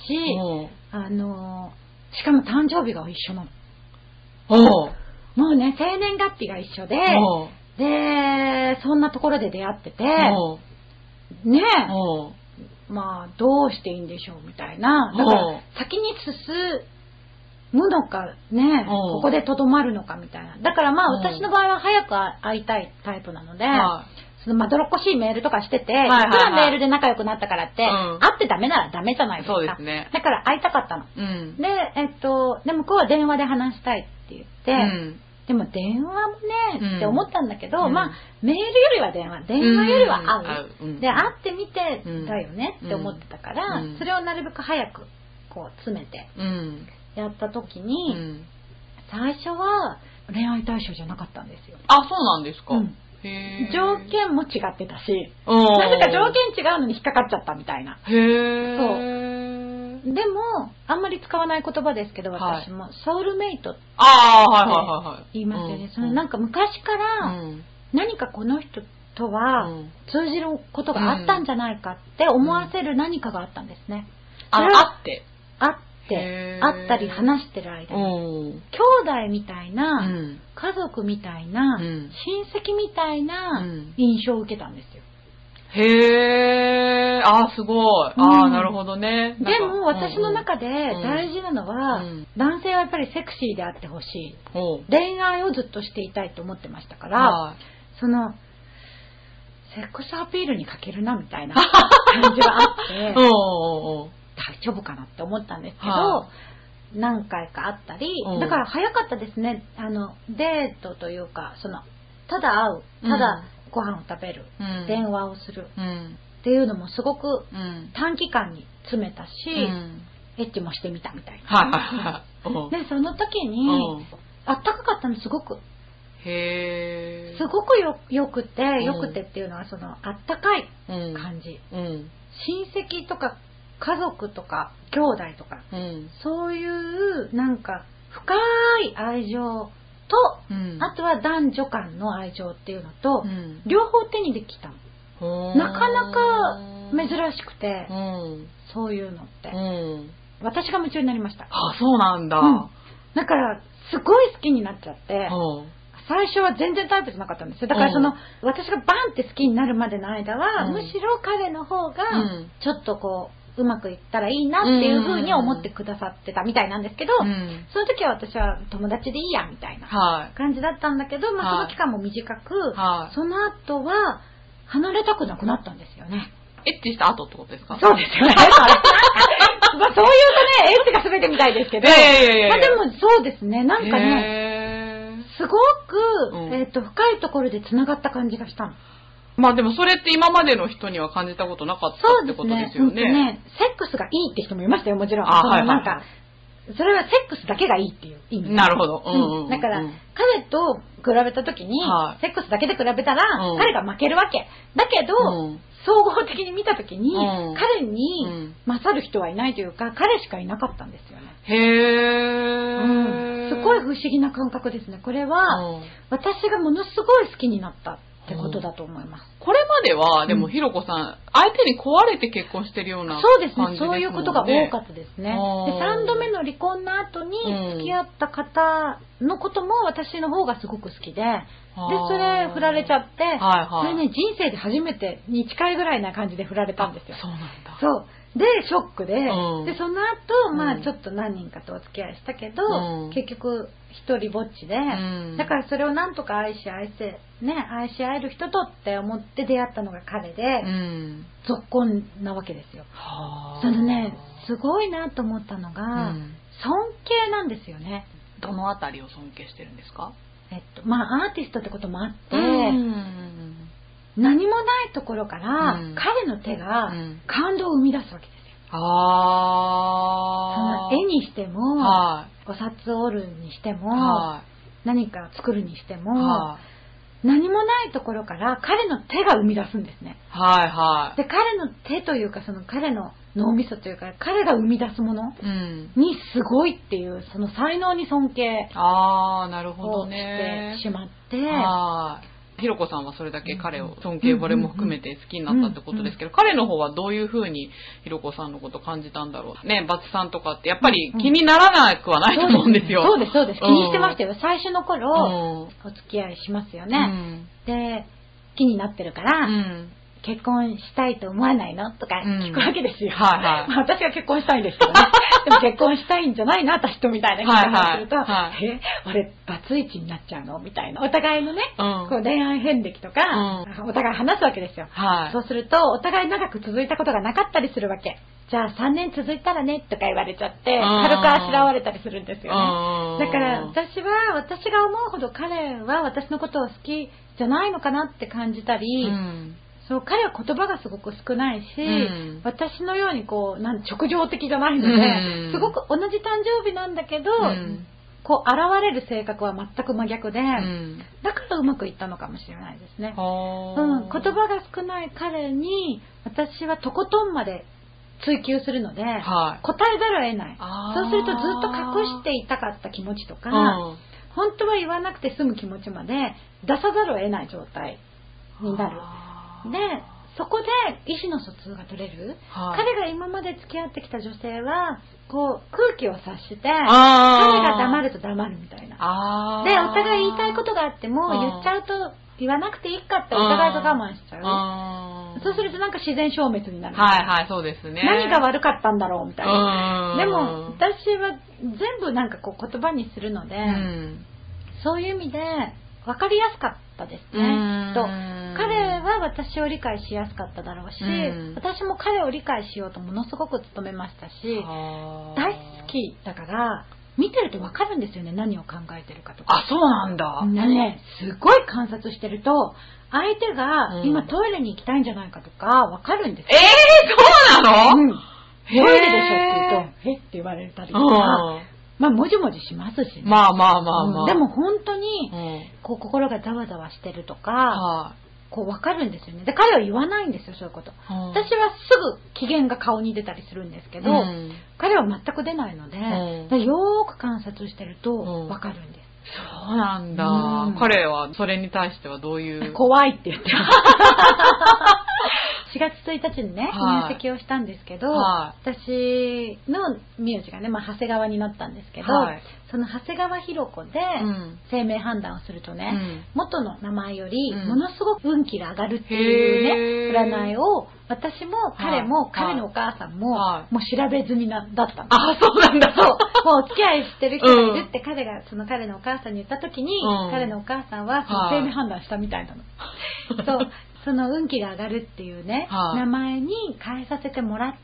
しかも誕生日が一緒なの。もうね、生年月日が一緒で、そんなところで出会ってて、ねえ、まあ、どうしていいんでしょうみたいな。だから、先に進むのかね、ここでとどまるのかみたいな。だからまあ、私の場合は早く会いたいタイプなので、そのまどろっこしいメールとかしてて、いくらメールで仲良くなったからって、会ってダメならダメじゃないですか。 そうですね。 だから会いたかったの。で、で、向こうは電話で話したいって言って、でも電話もね、って思ったんだけど、まあ、メールよりは電話よりは会う。で、会ってみてだよねって思ってたから、それをなるべく早く、こう、詰めて、やった時に、最初は恋愛対象じゃなかったんですよ。 そうなんですか。 条件も違ってたし、なぜか条件違うのに引っかかっちゃったみたいな。そう。でも、あんまり使わない言葉ですけど、私も、ソウルメイトって言いますよね。なんか昔から、何かこの人とは通じることがあったんじゃないかって思わせる何かがあったんですね。 会ったり話してる間に、兄弟みたいな、家族みたいな、親戚みたいな印象を受けたんですよ。 すごい。なるほどね。 でも私の中で大事なのは、男性はやっぱりセクシーであってほしい。恋愛をずっとしていたいと思ってましたから、その、セックスアピールに欠けるなみたいな感じがあって、大丈夫かなって思ったんですけど、 何回かあったり、だから早かったですね。デートというか、ただ会う、ただご飯を食べる、電話をするっていうのもすごく短期間に詰めたし、エッチもしてみたみたいな。で、その時に、あったかかったのすごく。すごくよくてっていうのはあったかい感じ。親戚とか家族とか兄弟とか、そういうなんか深い愛情と、あとは男女間の愛情っていうのと、両方手にできたの。なかなか珍しくて、そういうのって、私が夢中になりました。 そうなんだ。 だからすごい好きになっちゃって、最初は全然タイプじゃなかったんですよ。だから私がバンって好きになるまでの間は、むしろ彼の方がちょっとこううまくいったらいいなっていう風に思ってくださってたみたいなんですけど、その時は私は友達でいいやみたいな感じだったんだけど、その期間も短く、その後は離れたくなくなったんですよね。 エッチした後ってことですか？ そうですよね。そういうとね、エッチが全てみたいですけど、でもそうですね、なんかね、すごく、深いところで繋がった感じがしたの。 でもそれって今までの人には感じたことなかったってことですよね。 セックスがいいって人もいましたよ、もちろん。なんかそれはセックスだけがいいっていう意味。 なるほど。 だから、彼と比べた時に、セックスだけで比べたら、彼が負けるわけ。だけど、総合的に見た時に、彼に勝る人はいないというか、彼しかいなかったんですよね。すごい不思議な感覚ですね。これは、私がものすごい好きになったってことだと思います。 これまでは、でもひろこさん、相手に壊れて結婚してるような感じですもんね。 そういうことが多かったですね。で、3度目の離婚の後に付き合った方のことも私の方がすごく好きで、それ振られちゃって、それね、人生で初めてに近いぐらいな感じで振られたんですよ。 そうなんだ。 そう。で、ショックで、で、その後、ちょっと何人かとお付き合いしたけど、結局、一人ぼっちで、だからそれをなんとか愛し合える人とって思って出会ったのが彼で、続婚なわけですよ。すごいなと思ったのが、尊敬なんですよね。 どのあたりを尊敬してるんですか？ アーティストってこともあって、何もないところから、彼の手が感動を生み出すわけですよ。その絵にしても、お札を折るにしても、何か作るにしても、何もないところから彼の手が生み出すんですね。で、彼の手というか、彼の脳みそというか、彼が生み出すものにすごいっていう、その才能に尊敬をしてしまって、 ひろこさんはそれだけ彼を尊敬惚れも含めて好きになったってことですけど、彼の方はどういうふうにひろこさんのことを感じたんだろうね。バツさんとかってやっぱり気にならなくはないと思うんですよ。 そうです。気にしてましたよ。最初の頃、お付き合いしますよね。で、気になってるから、結婚したいと思わないのとか聞くわけですよ。私は結婚したいんですけどね。でも結婚したいんじゃないな、私とみたいな言い方をすると、俺バツイチになっちゃうのみたいな。お互いのね、こう恋愛遍歴とか、お互い話すわけですよ。そうすると、お互い長く続いたことがなかったりするわけ。じゃあ3年続いたらねとか言われちゃって、軽くあしらわれたりするんですよね。だから私が思うほど彼は私のことを好きじゃないのかなって感じたり、彼は言葉がすごく少ないし、私のように直情的じゃないので、すごく同じ誕生日なんだけど、こう現れる性格は全く真逆で、だからうまくいったのかもしれないですね。言葉が少ない彼に私はとことんまで追求するので、答えざるを得ない。そうするとずっと隠していたかった気持ちとか、本当は言わなくて済む気持ちまで出さざるを得ない状態になる。で、そこで意思の疎通が取れる。彼が今まで付き合ってきた女性は、こう空気を察して、彼が黙ると黙るみたいな。で、お互い言いたいことがあっても、言っちゃうと言わなくていいかってお互いが我慢しちゃう。そうするとなんか自然消滅になる。 そうですね。 何が悪かったんだろうみたいな。でも、私は全部なんかこう言葉にするので、そういう意味で分かりやすかったですね。彼彼は私を理解しやすかっただろうし、私も彼を理解しようとものすごく努めましたし、大好きだから見てると分かるんですよね、何を考えてるかとか。 あ、そうなんだ。 ね、すごい観察してると相手が今トイレに行きたいんじゃないかとか分かるんですよ。 そうなの？ トイレでしょって言うと、って言われたりとか、まあもじもじしますしね。 まあ。 でも本当にこう心がざわざわしてるとか、こう分かるんですよね。で、彼は言わないんですよ、そういうこと。私はすぐ機嫌が顔に出たりするんですけど、彼は全く出ないので、よーく観察してると分かるんです。 そうなんだ。彼はそれに対してはどういう？ 怖いって言って4月1日にね、入籍をしたんですけど、私の名字がね、長谷川になったんですけど、その長谷川博子で姓名判断をするとね、元の名前よりものすごく運気が上がるっていうね、占いを私も彼も彼のお母さんももう調べ済みだったんです。 あ、そうなんだ。 そう。もうお付き合いしてる人がいるって彼がその彼のお母さんに言った時に、彼のお母さんはその姓名判断したみたいなの。そう。その運気が上がるっていうね、名前に変えさせてもらって、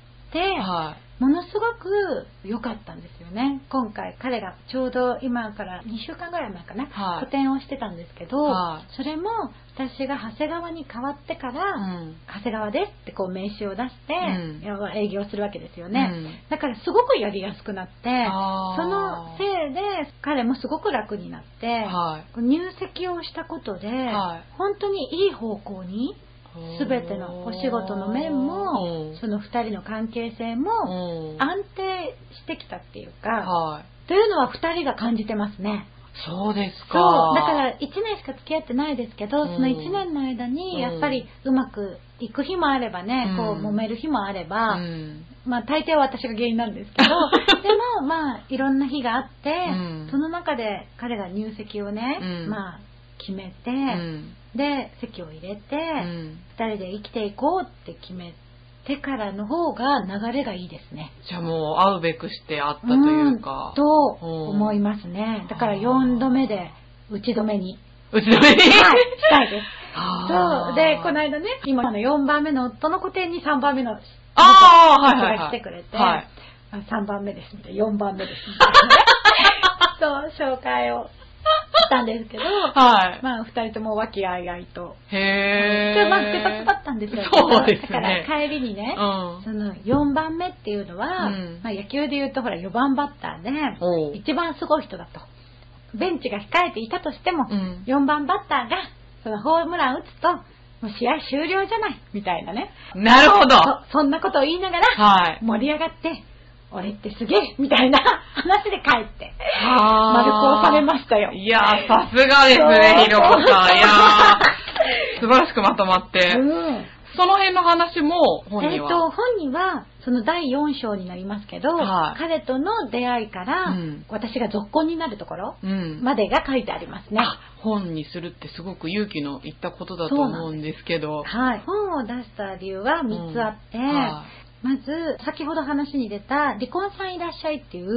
ものすごく良かったんですよね。今回彼がちょうど今から2週間ぐらい前かな、個展をしてたんですけど、それも私が長谷川に変わってから、長谷川ですってこう名刺を出して、営業するわけですよね。だからすごくやりやすくなって、そのせいで彼もすごく楽になって、入籍をしたことで、本当にいい方向にすべてのお仕事の面もその2人の関係性も安定してきたっていうか、というのは2人が感じてますね。 そうですか。 そうだから1年しか付き合ってないですけど、その1年の間にやっぱりうまくいく日もあればね、こう揉める日もあれば、まあ大抵は私が原因なんですけどでもまあいろんな日があって、その中で彼が入籍をね、まあ決めて、で籍を入れて、2人で生きていこうって決めてからの方が流れがいいですね。 じゃあもう会うべくして会ったというか、 と思いますね。だから4度目で打ち止めにしたいです。 そうで、この間ね、今の4番目の夫の個展に3番目の人が来てくれて、3番目ですみたいな、4番目ですみたいなそう紹介をしたんですけど、まあ2人とも和気あいあいと、まあ複雑だったんですよ。 そうですね。 だから帰りにね、その4番目っていうのは、まあ野球でいうとほら4番バッターで一番すごい人だと。ベンチが控えていたとしても、4番バッターがそのホームラン打つともう試合終了じゃないみたいなね。 なるほど。 そんなことを言いながら盛り上がって。俺ってすげえみたいな話で帰って丸く収めましたよ。 いやー、さすがですね、ひろこさん。いやー、素晴らしくまとまって。その辺の話も本人は本人はその第4章になりますけど、彼との出会いから、私が続婚になるところまでが書いてありますね。 本にするってすごく勇気のいったことだと思うんですけど、 本を出した理由は3つあって、まず先ほど話に出た離婚さんいらっしゃいっていう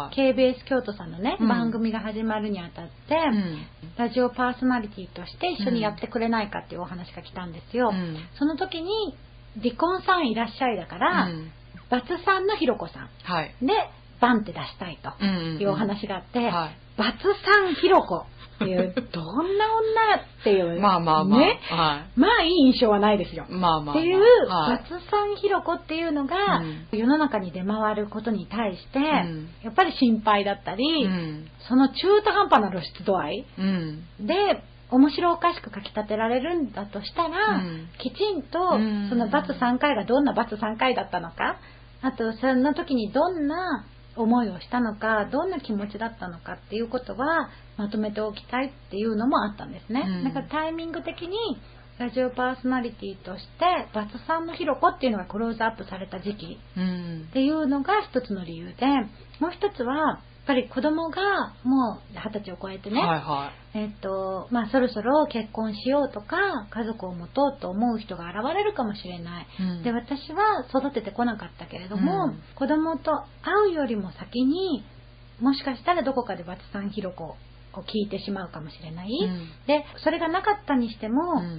KBS 京都さんのね、番組が始まるにあたって、ラジオパーソナリティとして一緒にやってくれないかっていうお話が来たんですよ。その時に離婚さんいらっしゃいだから、バツさんのひろこさん、でバンって出したいというお話があって、バツさんひろこっていうどんな女っていうまあいい印象はないですよ。っていうバツさんひろこっていうのが世の中に出回ることに対してやっぱり心配だったり、その中途半端な露出度合いで面白おかしく書き立てられるんだとしたら、きちんとそのバツ3回がどんなバツ3回だったのか、あとその時にどんな思いをしたのか、どんな気持ちだったのかっていうことはまとめておきたいっていうのもあったんですね。だからタイミング的にラジオパーソナリティとしてバツさんのひろこっていうのがクローズアップされた時期っていうのが一つの理由で、もう一つはやっぱり子供がもう20歳を超えてね、そろそろ結婚しようとか家族を持とうと思う人が現れるかもしれない、で私は育ててこなかったけれども、子供と会うよりも先にもしかしたらどこかでバツさんひろこを聞いてしまうかもしれない、でそれがなかったにしても、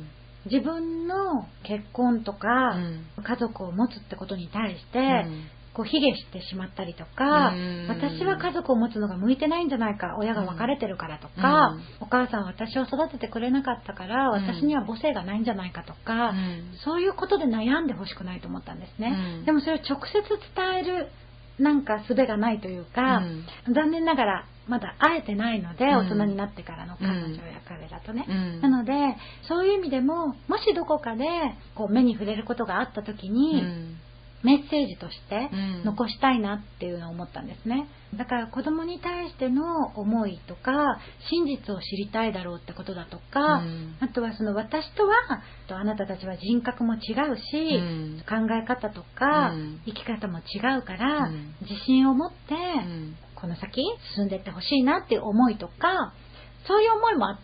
自分の結婚とか、家族を持つってことに対して、こう卑下してしまったりとか、私は家族を持つのが向いてないんじゃないか、親が別れてるからとか、お母さんは私を育ててくれなかったから、私には母性がないんじゃないかとか、そういうことで悩んでほしくないと思ったんですね。でもそれを直接伝えるなんか術がないというか、残念ながらまだ会えてないので、大人になってからの彼女や彼らとね、なのでそういう意味でも、もしどこかでこう目に触れることがあった時に、メッセージとして残したいなっていうのを思ったんですね。だから子供に対しての思いとか、真実を知りたいだろうってことだとか、あとはその私とはあなたたちは人格も違うし、考え方とか、生き方も違うから、自信を持ってこの先進んでいってほしいなっていう思いとか、そういう思いもあって、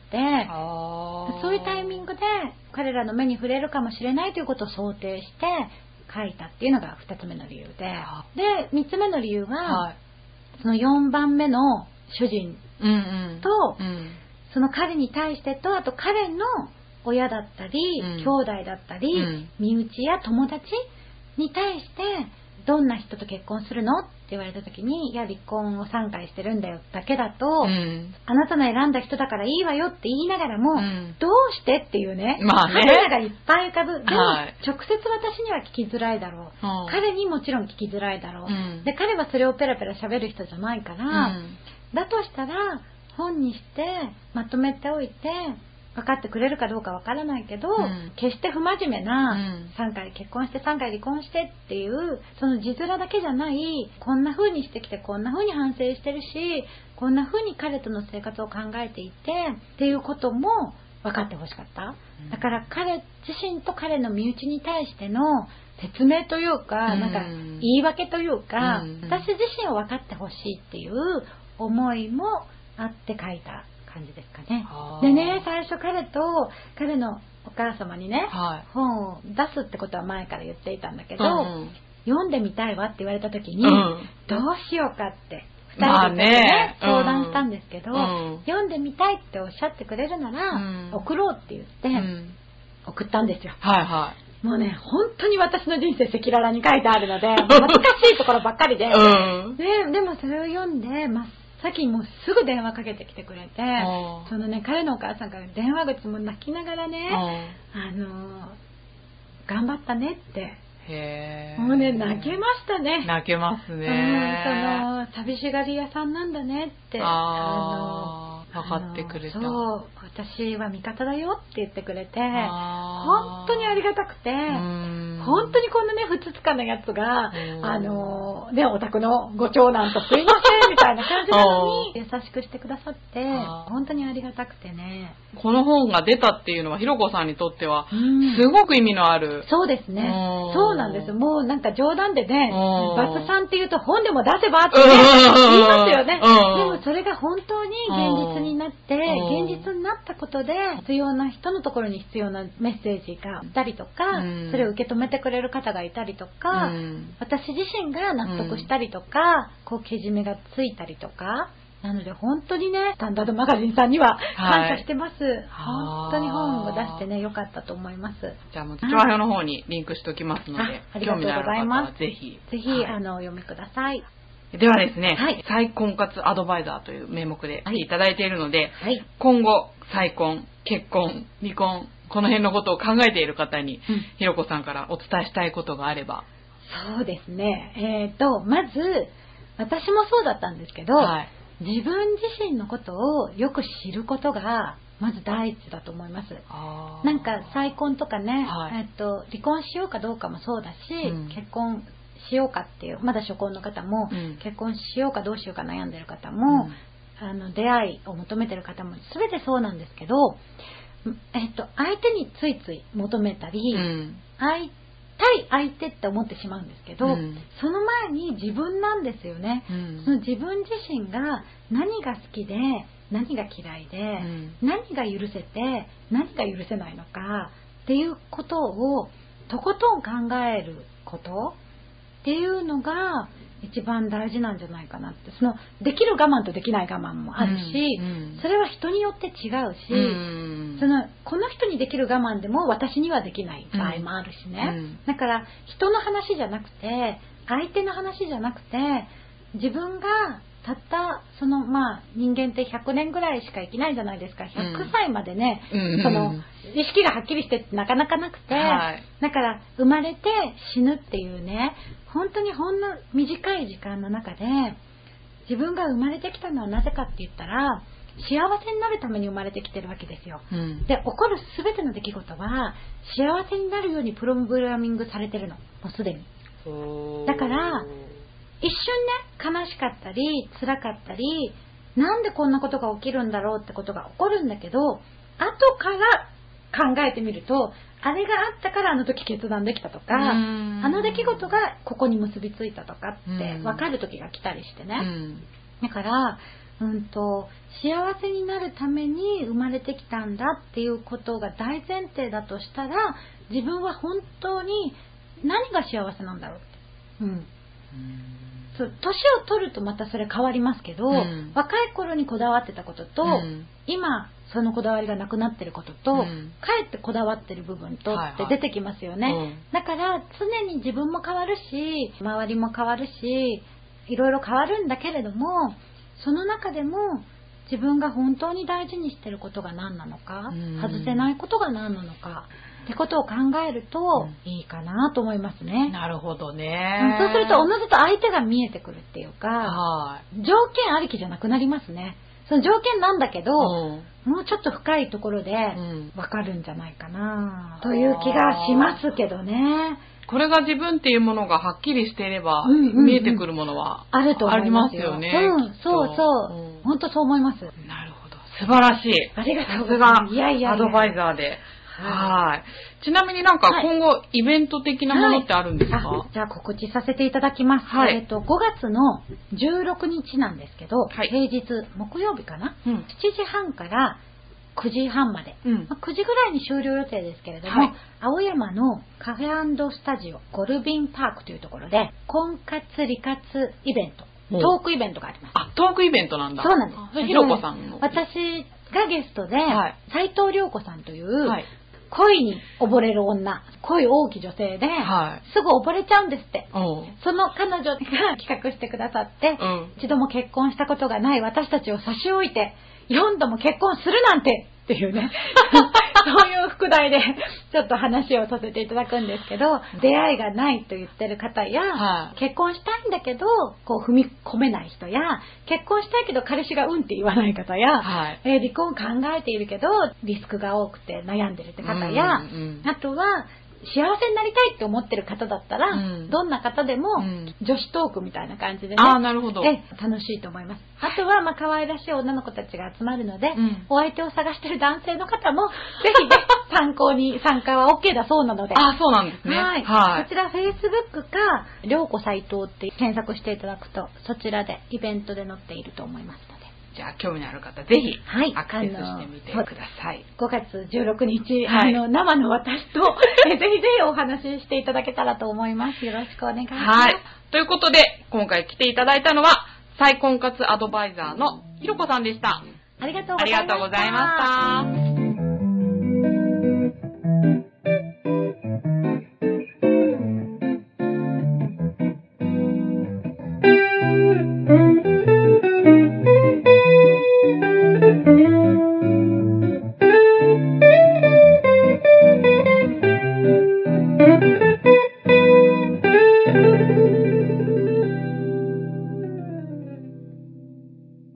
そういうタイミングで彼らの目に触れるかもしれないということを想定して書いたっていうのが2つ目の理由で、3つ目の理由は、その4番目の主人と、その彼に対してと、あと彼の親だったり、兄弟だったり、身内や友達に対してどんな人と結婚するのって言われた時に、いや離婚を3回してるんだよだけだと、あなたの選んだ人だからいいわよって言いながらも、どうしてっていうね、彼らがいっぱい浮かぶ。でも、直接私には聞きづらいだろう、彼にもちろん聞きづらいだろう、で彼はそれをペラペラ喋る人じゃないから、だとしたら本にしてまとめておいて、分かってくれるかどうか分からないけど、決して不真面目な、3回結婚して3回離婚してっていうその字面だけじゃない、こんな風にしてきてこんな風に反省してるし、こんな風に彼との生活を考えていてっていうことも分かってほしかった。だから彼自身と彼の身内に対しての説明というか、なんか言い訳というか、私自身を分かってほしいっていう思いもあって書いた感じですかね。でね、最初彼と彼のお母様にね、本を出すってことは前から言っていたんだけど、読んでみたいわって言われた時に、どうしようかって2人でね、相談したんですけど、読んでみたいっておっしゃってくれるなら、送ろうって言って送ったんですよ。もうね、本当に私の人生赤裸々に書いてあるので、難しいところばっかりで、でもそれを読んでさっきもうすぐ電話かけてきてくれて、そのね、彼のお母さんから電話口も泣きながらね、頑張ったねって。もうね、泣けましたね。 泣けますね。 その寂しがり屋さんなんだねって。 分かってくれた。 そう、私は味方だよって言ってくれて、本当にありがたくて、本当にこんなね、ふつつかなやつが、ね、お宅のご長男とすいませんみたいな感じなのに、優しくしてくださって、本当にありがたくてね。 この本が出たっていうのは、ひろこさんにとっては、すごく意味のある。 そうですね。そうなんです。もうなんか冗談でね、バツさんって言うと本でも出せばってね、言いますよね。でもそれが本当に現実になって、現実になったことで、必要な人のところに必要なメッセージがあったりとか、それを受け止めてくれる方がいたりとか、私自身が納得したりとか、こうけじめがついたりとか、なので本当にね、スタンダードマガジンさんには感謝してます。本当に本を出してね、良かったと思います。 じゃあもう調和表の方にリンクしておきますので、 ありがとうございます。 ぜひお読みください。 ではですね、再婚活アドバイザーという名目で来ていただいているので、今後再婚、結婚、離婚、この辺のことを考えている方に、ひろこさんからお伝えしたいことがあれば。 そうですね。まず私もそうだったんですけど、自分自身のことをよく知ることがまず第一だと思います。なんか再婚とかね、離婚しようかどうかもそうだし、結婚しようかっていう、まだ初婚の方も、結婚しようかどうしようか悩んでる方も、出会いを求めてる方も全てそうなんですけど、相手についつい求めたり、会いたい相手って思ってしまうんですけど、その前に自分なんですよね。その自分自身が何が好きで何が嫌いで、何が許せて何が許せないのかっていうことをとことん考えることっていうのが一番大事なんじゃないかなって。そのできる我慢とできない我慢もあるし、それは人によって違うし、 この人にできる我慢でも私にはできない場合もあるしね。だから人の話じゃなくて、相手の話じゃなくて、自分がたった人間って100年ぐらいしか生きないじゃないですか。100歳までね、意識がはっきりしてってなかなかなくて、だから生まれて死ぬっていうね、本当にほんの短い時間の中で自分が生まれてきたのはなぜかって言ったら、幸せになるために生まれてきてるわけですよ。で、起こる全ての出来事は幸せになるようにプログラミングされてるの、もうすでに。だから一瞬ね、悲しかったり辛かったり、なんでこんなことが起きるんだろうってことが起こるんだけど、後から考えてみると、あれがあったからあの時決断できたとか、あの出来事がここに結びついたとかって分かる時が来たりしてね。だから幸せになるために生まれてきたんだっていうことが大前提だとしたら、自分は本当に何が幸せなんだろうって。年を取るとまたそれ変わりますけど、若い頃にこだわってたことと、今そのこだわりがなくなってることと、かえってこだわってる部分とって出てきますよね。だから常に自分も変わるし、周りも変わるし、いろいろ変わるんだけれども、その中でも自分が本当に大事にしてることが何なのか、外せないことが何なのかってことを考えるといいかなと思いますね。 なるほどね。 そうするとおのずと相手が見えてくるっていうか、条件ありきじゃなくなりますね。その条件なんだけど、もうちょっと深いところで分かるんじゃないかなという気がしますけどね。 これが自分っていうものがはっきりしていれば、見えてくるものはあると思いますよね。 そうそう。本当そう思います。 なるほど。素晴らしい。 ありがとうございます。 さすがアドバイザーで。はい。ちなみになんか今後イベント的なものってあるんですか？ じゃあ告知させていただきます。5月の16日なんですけど、平日木曜日かな、7時半から9時半まで、9時ぐらいに終了予定ですけれども、青山のカフェ&スタジオゴルビンパークというところで婚活理活イベント、トークイベントがあります。 トークイベントなんだ。 そうなんです。 ひろこさんの。 私がゲストで、斉藤涼子さんという、恋に溺れる女、恋多き女性で、すぐ溺れちゃうんですって。その彼女が企画してくださって、一度も結婚したことがない私たちを差し置いて、4度も結婚するなんてっていうね、そういう副題でちょっと話をさせていただくんですけど、出会いがないと言ってる方や、結婚したいんだけどこう踏み込めない人や、結婚したいけど彼氏がうんって言わない方や、離婚を考えているけどリスクが多くて悩んでるって方や、あとは幸せになりたいって思ってる方だったら、どんな方でも女子トークみたいな感じでね、 なるほど。 楽しいと思います。あとは可愛らしい女の子たちが集まるので、お相手を探してる男性の方もぜひね参加は OK だそうなので。 そうなんですね。 こちら Facebook か涼子斉藤って検索していただくと、そちらでイベントで載っていると思いますので。 じゃあ興味のある方ぜひアクセスしてみてください。 5月16日、生の私とぜひぜひお話ししていただけたらと思います。よろしくお願いします。 ということで今回来ていただいたのは再婚活アドバイザーのひろこさんでした。 ありがとうございました。